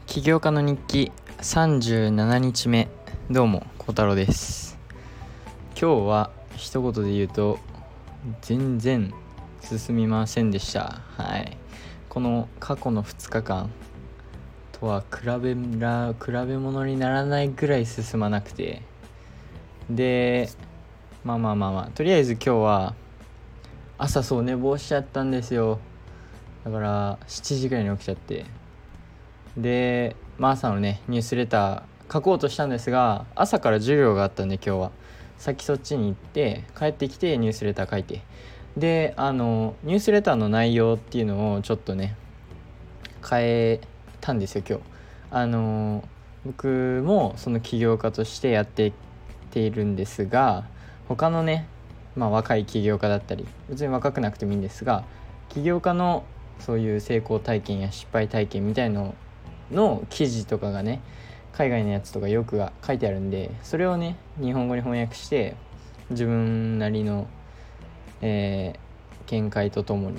起業家の日記37日目。どうも小太郎です。今日は一言で言うと全然進みませんでした。この過去の2日間とは比べ物にならないぐらい進まなくて、でとりあえず今日は朝寝坊しちゃったんですよ。だから7時ぐらいに起きちゃって、で、朝のねニュースレター書こうとしたんですが、朝から授業があったんで今日は先そっちに行って帰ってきてニュースレター書いて、でニュースレターの内容っていうのをちょっとね変えたんですよ今日。僕もその起業家としてやってているんですが、他のね若い起業家だったり、別に若くなくてもいいんですが、起業家のそういう成功体験や失敗体験みたいの記事とかがね、海外のやつとかよく書いてあるんで、それをね日本語に翻訳して自分なりの、見解とともに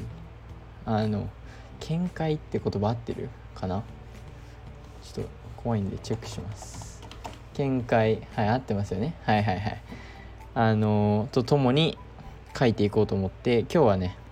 見解って言葉合ってるかな、ちょっと怖いんでチェックします。見解合ってますよね。とともに書いていこうと思って、今日はね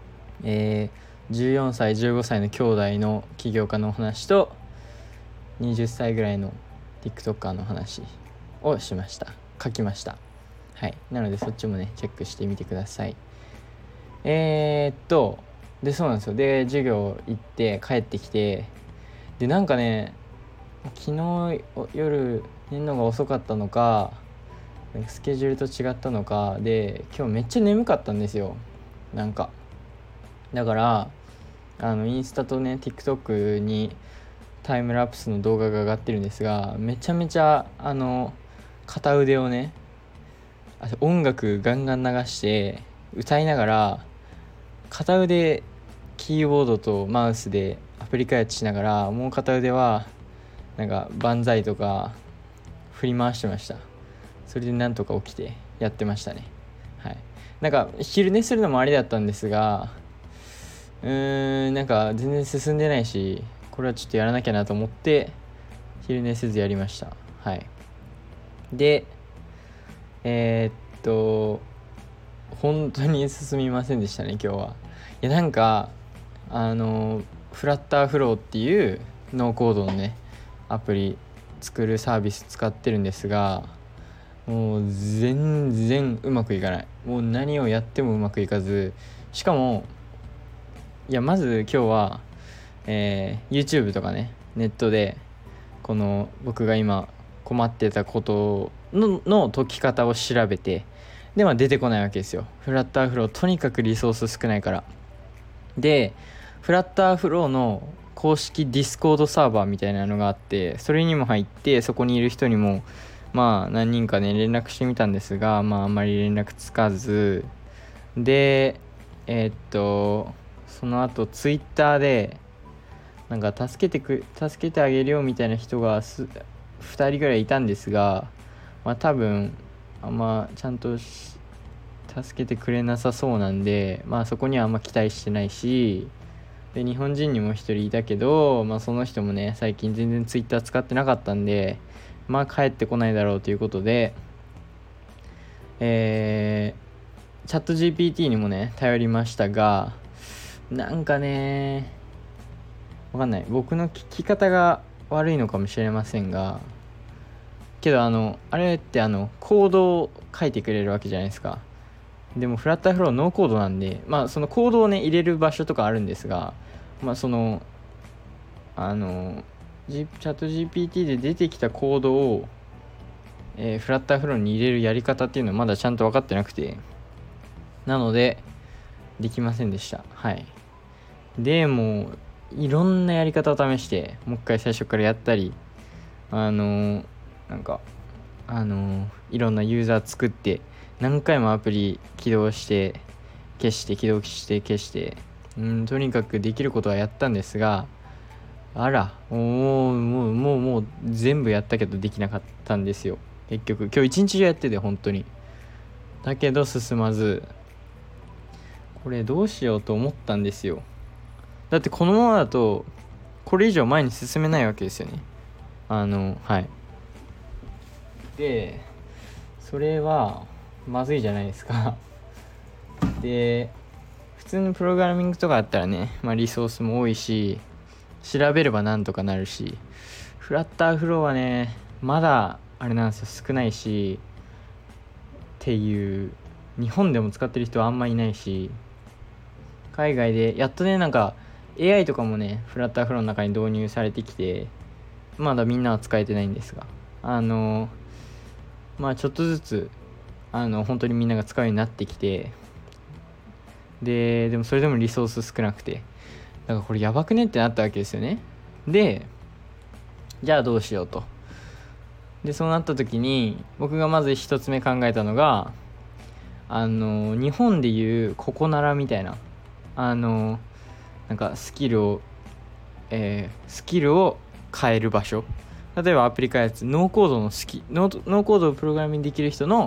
14歳15歳の兄弟の起業家のお話と20歳ぐらいの TikToker の話を書きました。なのでそっちもねチェックしてみてください。でそうなんですよ。で授業行って帰ってきて、でなんかね昨日夜寝るのが遅かったのか、スケジュールと違ったのかで今日めっちゃ眠かったんですよ。だからインスタとね TikTok にタイムラプスの動画が上がってるんですが、めちゃめちゃ片腕をね音楽ガンガン流して歌いながら、片腕キーボードとマウスでアプリ開発しながら、もう片腕はなんか万歳とか振り回してました。それでなんとか起きてやってましたね。なんか昼寝するのもありだったんですが、なんか全然進んでないし、これはちょっとやらなきゃなと思って昼寝せずやりました。で本当に進みませんでしたね今日は。いやフラッターフローっていうノーコードのねアプリ作るサービス使ってるんですが、もう全然うまくいかない。もう何をやってもうまくいかず、しかもまず今日は、YouTube とかねネットでこの僕が今困ってたことの解き方を調べて、で出てこないわけですよ。フラッターフローとにかくリソース少ないから。でフラッターフローの公式ディスコードサーバーみたいなのがあって、それにも入ってそこにいる人にも何人かね連絡してみたんですが、あんまり連絡つかずで、その後ツイッターでなんか助けてあげるよみたいな人が2人ぐらいいたんですが、多分ちゃんと助けてくれなさそうなんで、そこにはあんま期待してないし、で日本人にも1人いたけど、その人もね最近全然ツイッター使ってなかったんで帰ってこないだろうということで、チャット GPT にもね頼りましたが、わかんない、僕の聞き方が悪いのかもしれませんが、けどあれってコードを書いてくれるわけじゃないですか。でもフラッターフローノーコードなんで、そのコードをね入れる場所とかあるんですが、チャット GPT で出てきたコードを、フラッターフローに入れるやり方っていうのはまだちゃんと分かってなくて、なのでできませんでした。でもいろんなやり方を試してもう一回最初からやったり、いろんなユーザー作って何回もアプリ起動して消して起動して消して、とにかくできることはやったんですが、もう全部やったけどできなかったんですよ。結局今日一日中やってて本当に、だけど進まず、これどうしようと思ったんですよ。だってこのままだとこれ以上前に進めないわけですよね。はいでそれはまずいじゃないですかで普通のプログラミングとかだったらね、リソースも多いし調べればなんとかなるし、フラッターフローはねまだあれなんですよ、少ないしっていう、日本でも使ってる人はあんまいないし、海外でやっとねなんか AI とかもねフラッターフローの中に導入されてきて、まだみんなは使えてないんですが、ちょっとずつ本当にみんなが使うようになってきて、でもそれでもリソース少なくて、だからこれやばくねってなったわけですよね。でじゃあどうしようと。でそうなった時に僕がまず一つ目考えたのが、日本でいうココナラみたいななんかスキルを変える場所、例えばアプリ開発、ノーコードをプログラミングできる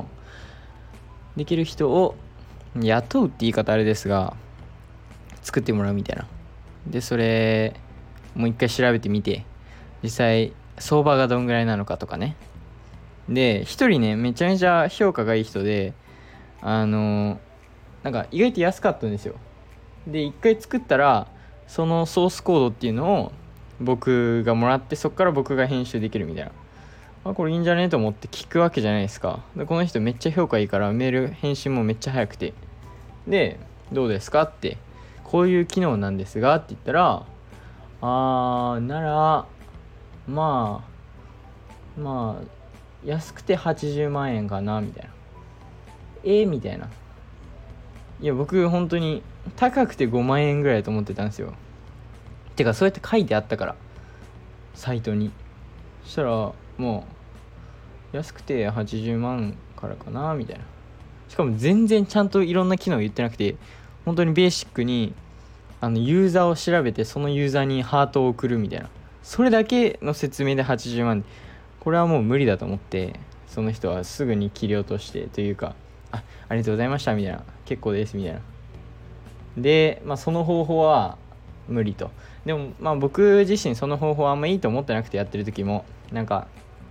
人を雇うって言い方あれですが、作ってもらうみたいな。でそれもう一回調べてみて、実際相場がどんぐらいなのかとかね。で一人ねめちゃめちゃ評価がいい人で、なんか意外と安かったんですよ。で一回作ったらそのソースコードっていうのを僕がもらって、そこから僕が編集できるみたいな、これいいんじゃねと思って聞くわけじゃないですか。でこの人めっちゃ評価いいからメール返信もめっちゃ早くて、でどうですかって、こういう機能なんですがって言ったら、ならまあ安くて80万円かなみたいな。みたいな。いや僕本当に高くて5万円ぐらいと思ってたんですよ。てかそうやって書いてあったからサイトに。そしたらもう安くて80万からかなみたいな。しかも全然ちゃんといろんな機能言ってなくて、本当にベーシックにユーザーを調べてそのユーザーにハートを送るみたいな、それだけの説明で80万、これはもう無理だと思って、その人はすぐに切り落としてというか、ありがとうございましたみたいな、結構ですみたいな。でその方法は無理と。でも僕自身その方法はあんまいいと思ってなくて、やってる時もなんか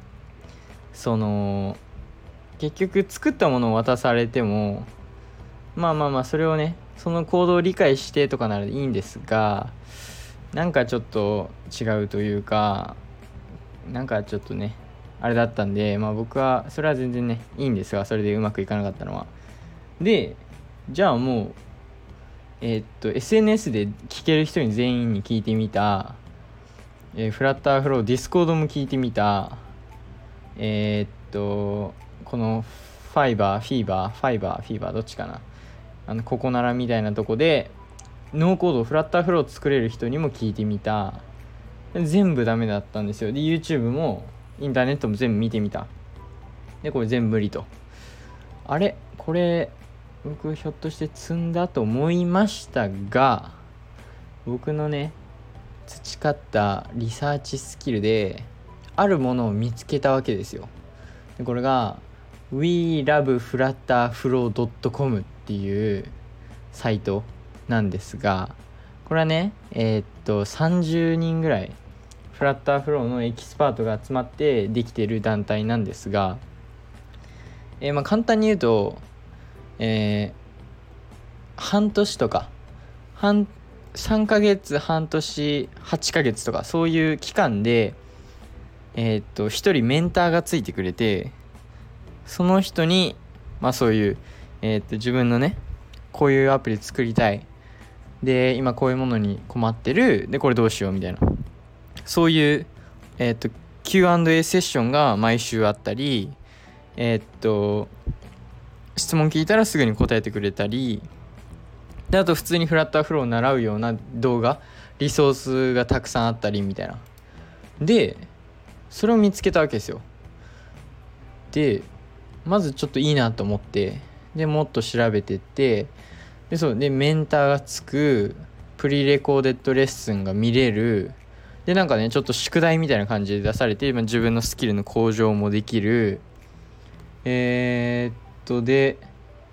結局作ったものを渡されてもそれをね、その行動を理解してとかならいいんですが、なんかちょっと違うというか、なんかちょっとねあれだったんで、僕はそれは全然ねいいんですが、それでうまくいかなかったのは。でじゃあもうSNS で聞ける人に全員に聞いてみた、フラッターフローディスコードも聞いてみた、このファイバーどっちかな、ココナラみたいなとこでノーコードフラッターフロー作れる人にも聞いてみた。全部ダメだったんですよ。で YouTube もインターネットも全部見てみた。でこれ全部無理と。これ僕ひょっとして積んだと思いましたが、僕のね培ったリサーチスキルであるものを見つけたわけですよ。でこれが WeLoveFlutterFlow.com っていうサイトなんですが、これはね30人ぐらいフラッターフローのエキスパートが集まってできている団体なんですが、簡単に言うと、半年とか3ヶ月半年8ヶ月とかそういう期間で一人メンターがついてくれて、その人にそういう自分のねこういうアプリ作りたい、で今こういうものに困ってる、でこれどうしようみたいな、そういうQ&A セッションが毎週あったり、質問聞いたらすぐに答えてくれたりで、あと普通にフラッターフローを習うような動画リソースがたくさんあったりみたいな。でそれを見つけたわけですよ。でまずちょっといいなと思って、でもっと調べてって、でメンターがつく、プリレコーデッドレッスンが見れる、でなんかねちょっと宿題みたいな感じで出されて、自分のスキルの向上もできる。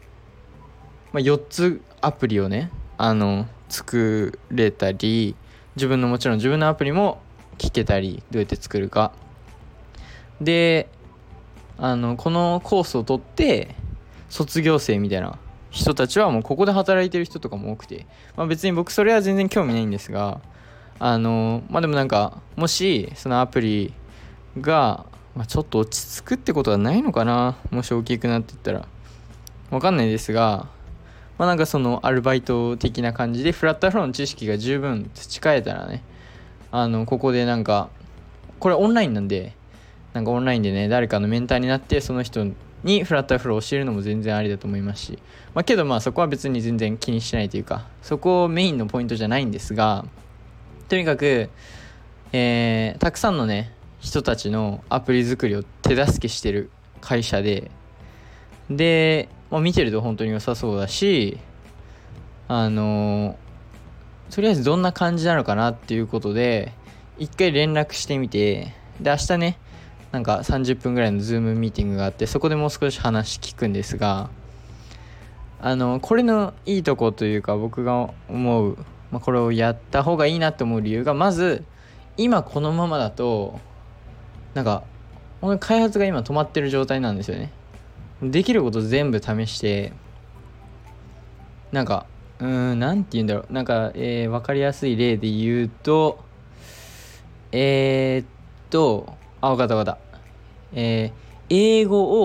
で、4つアプリをね作れたり、 もちろん自分のアプリも聞けたり、どうやって作るかで、このコースを取って卒業生みたいな人たちはもうここで働いてる人とかも多くて、別に僕それは全然興味ないんですが、でもなんかもしそのアプリが、ちょっと落ち着くってことはないのかな、もし大きくなっていったらわかんないですが、なんかそのアルバイト的な感じでフラッターフローの知識が十分培えたらね、ここでなんかこれオンラインなんで、なんかオンラインでね誰かのメンターになってその人にフラッターフローを教えるのも全然ありだと思いますし、けどそこは別に全然気にしないというか、そこをメインのポイントじゃないんですが、とにかく、たくさんのね人たちのアプリ作りを手助けしてる会社で、見てると本当に良さそうだし、とりあえずどんな感じなのかなっていうことで一回連絡してみて、で明日ねなんか30分ぐらいのズームミーティングがあって、そこでもう少し話聞くんですが、これのいいとこというか、僕が思う、これをやった方がいいなって思う理由が、まず今このままだとなんか開発が今止まってる状態なんですよね。できること全部試して、なんかなんて言うんだろう、なんか、分かりやすい例で言うと分かった英語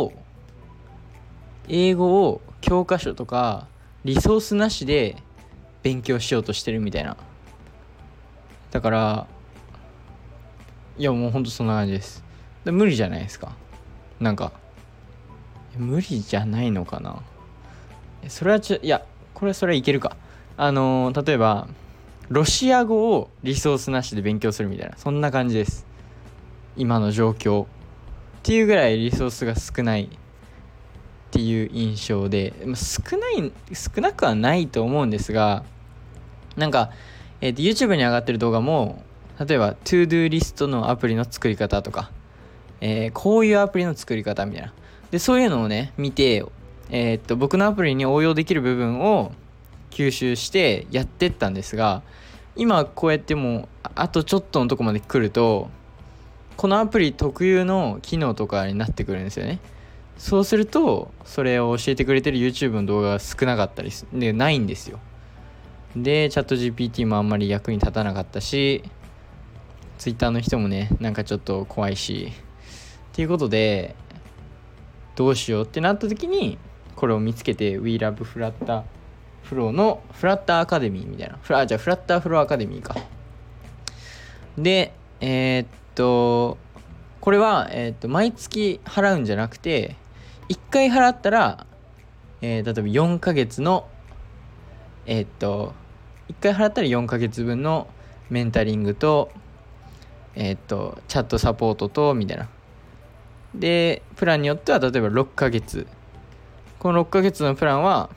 を教科書とかリソースなしで勉強しようとしてるみたいな。だからいやもうほんとそんな感じです。無理じゃないですか。なんか無理じゃないのかな。それはいやこれはそれはいけるか。例えばロシア語をリソースなしで勉強するみたいな、そんな感じです。今の状況っていうぐらいリソースが少ないっていう印象で、少なくはないと思うんですが、なんか、YouTube に上がってる動画も、例えば ToDo リストのアプリの作り方とか、こういうアプリの作り方みたいなで、そういうのをね見て、僕のアプリに応用できる部分を吸収してやってったんですが、今こうやってもうあとちょっとのとこまで来ると、このアプリ特有の機能とかになってくるんですよね。そうするとそれを教えてくれてる YouTube の動画が少なかったりでないんですよ。でチャット GPT もあんまり役に立たなかったし、 Twitter の人もねなんかちょっと怖いしっていうことで、どうしようってなった時にこれを見つけて、 We Love Flutter Flow のフラッターアカデミーみたいな、フラッターフローアカデミーかで、これは、毎月払うんじゃなくて、1回払ったら、例えば4ヶ月の1回払ったら4ヶ月分のメンタリングとチャットサポートとみたいなで、プランによっては例えば6ヶ月、この6ヶ月のプランは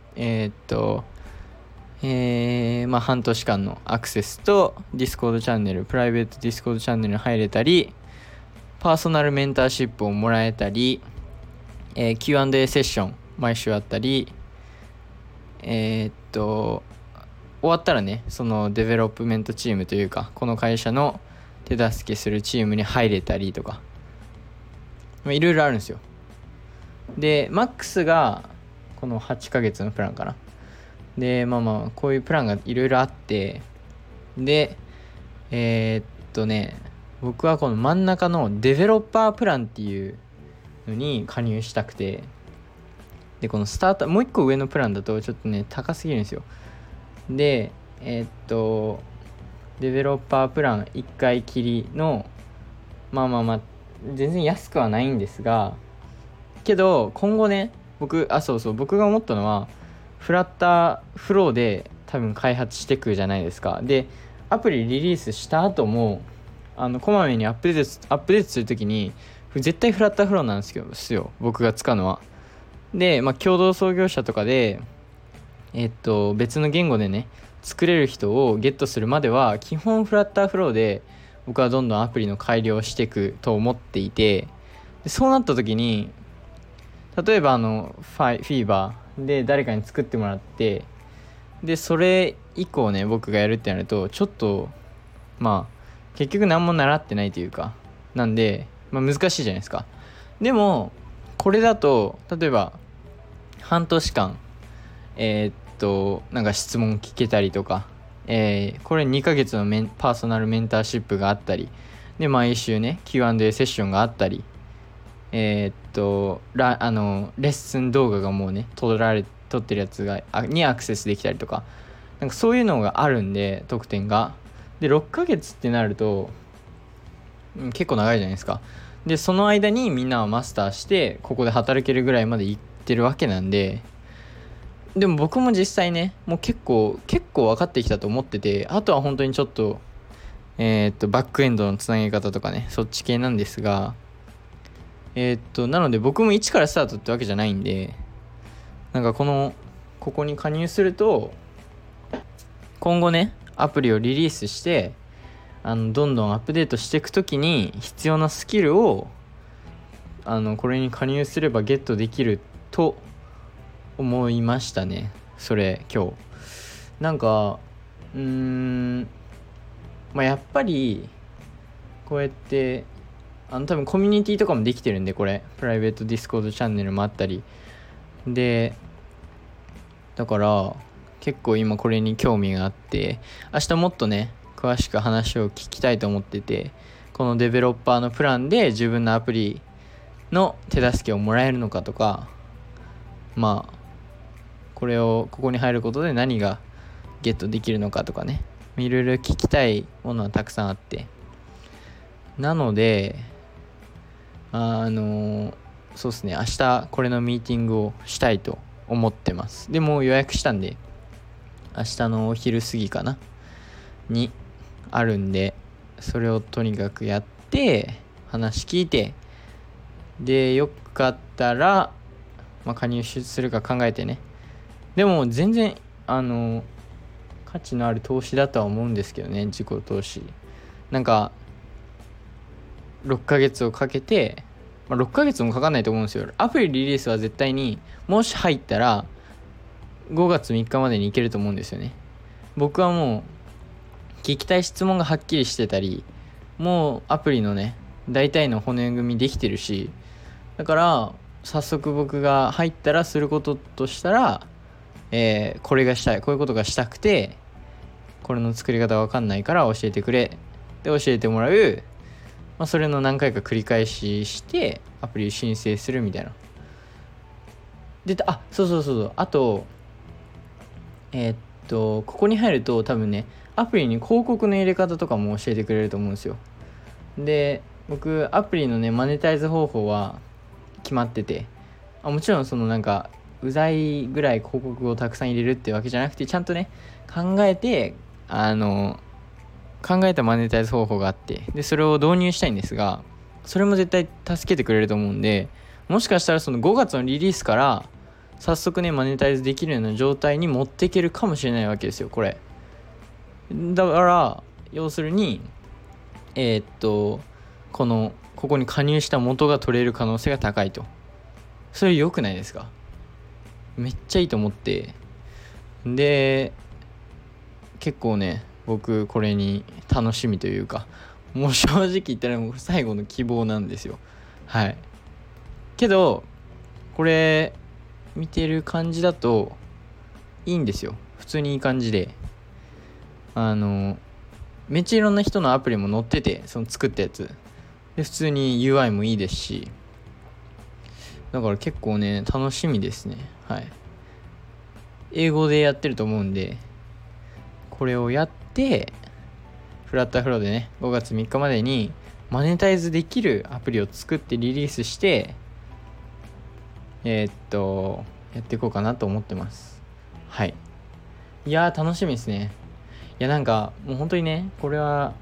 半年間のアクセスとディスコードチャンネル、プライベートディスコードチャンネルに入れたり、パーソナルメンターシップをもらえたり、Q&A セッション毎週あったり、終わったらねそのデベロップメントチームというか、この会社の手助けするチームに入れたりとか、いろいろあるんですよ。でマックスがこの8ヶ月のプランかな。でこういうプランがいろいろあって、で僕はこの真ん中のデベロッパープランっていうのに加入したくて、でこのスタートもう一個上のプランだとちょっとね高すぎるんですよ。でデベロッパープラン1回きりの全然安くはないんですが、けど今後ね僕が思ったのは、フラッターフローで多分開発していくじゃないですか。でアプリリリースした後もこまめにアップデートするときに絶対フラッターフローなんですよ、僕が使うのは。で共同創業者とかで別の言語でね作れる人をゲットするまでは基本フラッターフローで僕はどんどんアプリの改良をしていくと思っていて、でそうなった時に例えばフィーバーで誰かに作ってもらって、でそれ以降ね僕がやるってなるとちょっとまあ結局何も習ってないというかなんで、難しいじゃないですか。でもこれだと例えば半年間なんか質問聞けたりとか、これ2ヶ月のパーソナルメンターシップがあったりで、毎週ね Q&A セッションがあったり、レッスン動画がもうね撮ってるやつにアクセスできたりとか、なんかそういうのがあるんで、特典がで6ヶ月ってなると、結構長いじゃないですか。でその間にみんなはマスターしてここで働けるぐらいまで行ってるわけなんで、でも僕も実際ねもう結構分かってきたと思ってて、あとは本当にちょっとバックエンドのつなげ方とかね、そっち系なんですが、なので僕も一からスタートってわけじゃないんで、なんかここに加入すると今後ねアプリをリリースしてどんどんアップデートしていくときに必要なスキルをこれに加入すればゲットできると思いましたね。それ今日なんかやっぱりこうやって多分コミュニティとかもできてるんで、これプライベートディスコードチャンネルもあったりで、だから結構今これに興味があって、明日もっとね詳しく話を聞きたいと思ってて、このデベロッパーのプランで自分のアプリの手助けをもらえるのかとか、ここに入ることで何がゲットできるのかとかね、いろいろ聞きたいものはたくさんあって、なのでそうですね、明日これのミーティングをしたいと思ってます。でも予約したんで明日のお昼過ぎかなにあるんで、それをとにかくやって話聞いて、でよかったら、加入するか考えてね。でも全然価値のある投資だとは思うんですけどね、自己投資。なんか6ヶ月をかけて、6ヶ月もかかんないと思うんですよ。アプリリリースは絶対にもし入ったら5月3日までに行けると思うんですよね。僕はもう聞きたい質問がはっきりしてたり、もうアプリのね大体の骨組みできてるし、だから早速僕が入ったらすることとしたら、これがしたい、こういうことがしたくて、これの作り方わかんないから教えてくれで教えてもらう、それの何回か繰り返ししてアプリ申請するみたいな。でそうあとここに入ると多分ねアプリに広告の入れ方とかも教えてくれると思うんですよ。で僕アプリのねマネタイズ方法は決まってて、もちろんそのなんかうざいぐらい広告をたくさん入れるってわけじゃなくて、ちゃんとね考えたマネタイズ方法があって、でそれを導入したいんですが、それも絶対助けてくれると思うんで、もしかしたらその5月のリリースから早速ねマネタイズできるような状態に持っていけるかもしれないわけですよ、これ。だから要するにここに加入した元が取れる可能性が高いと。それ良くないですか？めっちゃいいと思って、で結構ね僕これに楽しみというか、もう正直言ったらもう最後の希望なんですよ。はいけどこれ見てる感じだといいんですよ、普通にいい感じで、めっちゃいろんな人のアプリも載ってて、その作ったやつで普通に UI もいいですし、だから結構ね楽しみですね。英語でやってると思うんで、これをやってフラッターフローでね5月3日までにマネタイズできるアプリを作ってリリースしてやっていこうかなと思ってます。いやー楽しみですね。いやなんかもう本当にねこれは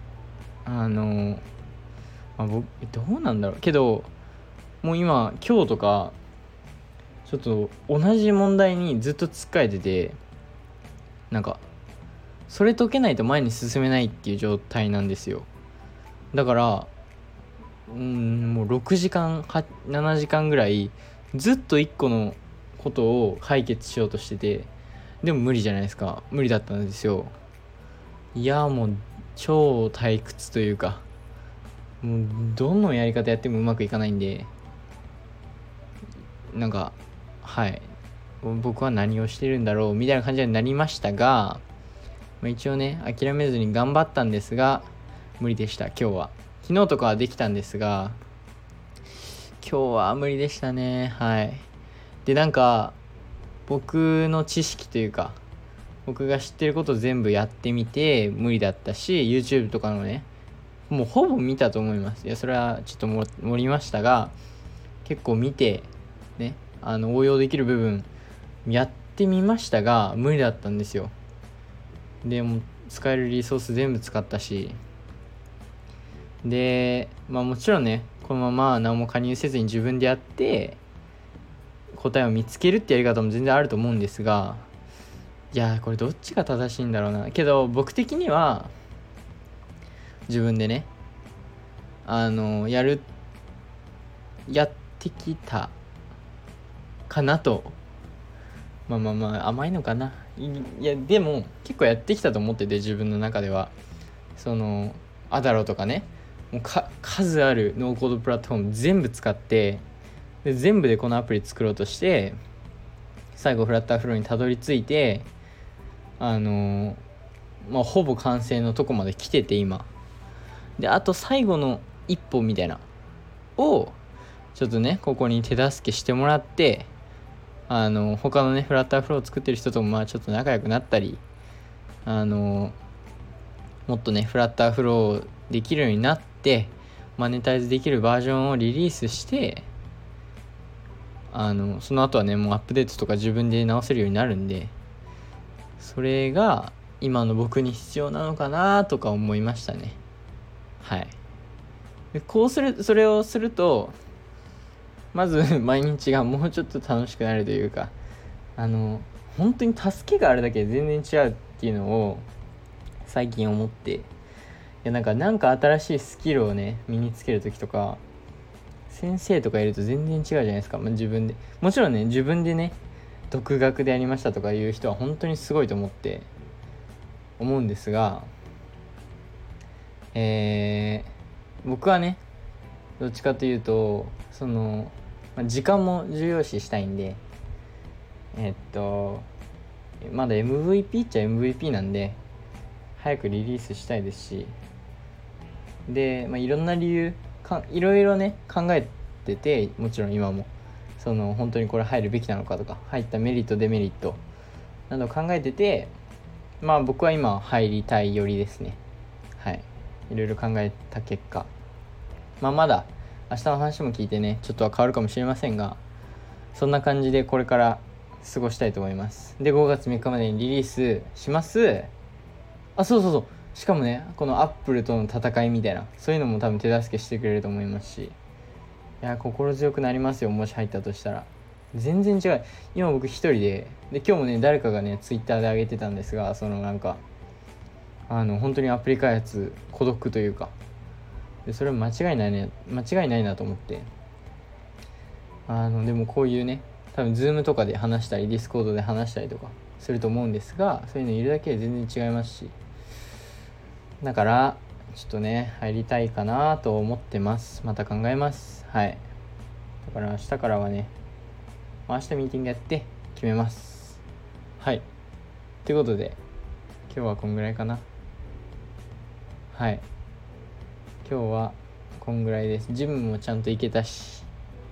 僕どうなんだろうけど、もう今とかちょっと同じ問題にずっと突っかえてて、なんかそれ解けないと前に進めないっていう状態なんですよ。だからもう6時間7時間ぐらいずっと1個のことを解決しようとしてて、でも無理じゃないですか。無理だったんですよ。いやもう超退屈というか、もうどのやり方やってもうまくいかないんで、なんかはい僕は何をしてるんだろうみたいな感じになりましたが、一応ね諦めずに頑張ったんですが無理でした。今日は昨日とかはできたんですが今日は無理でしたね。はい。でなんか僕の知識というか僕が知ってること全部やってみて無理だったし、 YouTube とかのねもうほぼ見たと思います。いやそれはちょっと盛りましたが、結構見てね応用できる部分やってみましたが無理だったんですよ。でも使えるリソース全部使ったし、でもちろんねこのまま何も加入せずに自分でやって答えを見つけるってやり方も全然あると思うんですが、いやこれどっちが正しいんだろうな。けど僕的には自分でねやってきたかなと。甘いのかな。いやでも結構やってきたと思ってて、自分の中ではアダロとかね、もう数あるノーコードプラットフォーム全部使って、で全部でこのアプリ作ろうとして最後フラッターフローにたどり着いてほぼ完成のとこまで来てて今で、あと最後の一歩みたいなをちょっとねここに手助けしてもらって、他のねフラッターフローを作ってる人ともちょっと仲良くなったり、もっとねフラッターフローできるようになってマネタイズできるバージョンをリリースして、その後はねもうアップデートとか自分で直せるようになるんで、それが今の僕に必要なのかなとか思いましたね。はい。でそれをするとまず毎日がもうちょっと楽しくなるというか、本当に助けがあるだけで全然違うっていうのを最近思って、いやなんか新しいスキルをね身につけるときとか先生とかいると全然違うじゃないですか。自分でもちろんね自分でね独学でやりましたとかいう人は本当にすごいと思うんですが、僕はねどっちかというと時間も重要視したいんで、まだ MVP っちゃ MVP なんで早くリリースしたいですし、で、いろんな理由いろいろね考えてて、もちろん今も本当にこれ入るべきなのかとか入ったメリットデメリットなど考えてて、僕は今入りたいよりですね。はい、いろいろ考えた結果、まだ明日の話も聞いてねちょっとは変わるかもしれませんが、そんな感じでこれから過ごしたいと思います。で5月3日までにリリースします。そうしかもねこのアップルとの戦いみたいなそういうのも多分手助けしてくれると思いますし、いや心強くなりますよ。もし入ったとしたら全然違う。今僕一人で今日もね誰かがねツイッターで上げてたんですが、本当にアプリ開発孤独というか、でそれは間違いないなと思って、でもこういうね多分 Zoom とかで話したり Discord で話したりとかすると思うんですが、そういうのいるだけで全然違いますし、だからちょっとね入りたいかなと思ってます。また考えます。はい。だから明日からはね明日ミーティングやって決めます。はい。ということで今日はこんぐらいかな。はい。今日はこんぐらいです。ジムもちゃんと行けたし、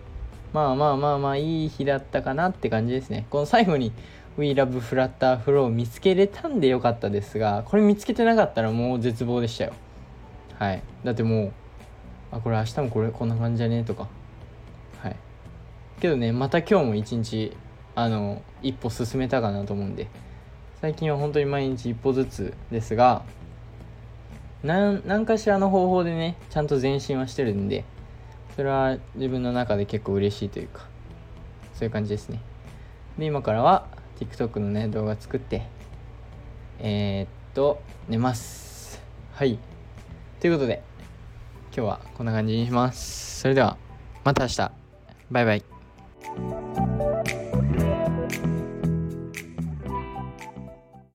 いい日だったかなって感じですね。この最後に We Love Flutter Flow を見つけれたんでよかったですが、これ見つけてなかったらもう絶望でしたよ。はい。だってもうこれ明日もこんな感じじゃねとか、はい。けどねまた今日も一日一歩進めたかなと思うんで、最近は本当に毎日一歩ずつですが、何かしらの方法でねちゃんと前進はしてるんで、それは自分の中で結構嬉しいというか、そういう感じですね。で今からは TikTok のね動画作って寝ます。はい。ということで今日はこんな感じにします。それではまた明日。バイバイ。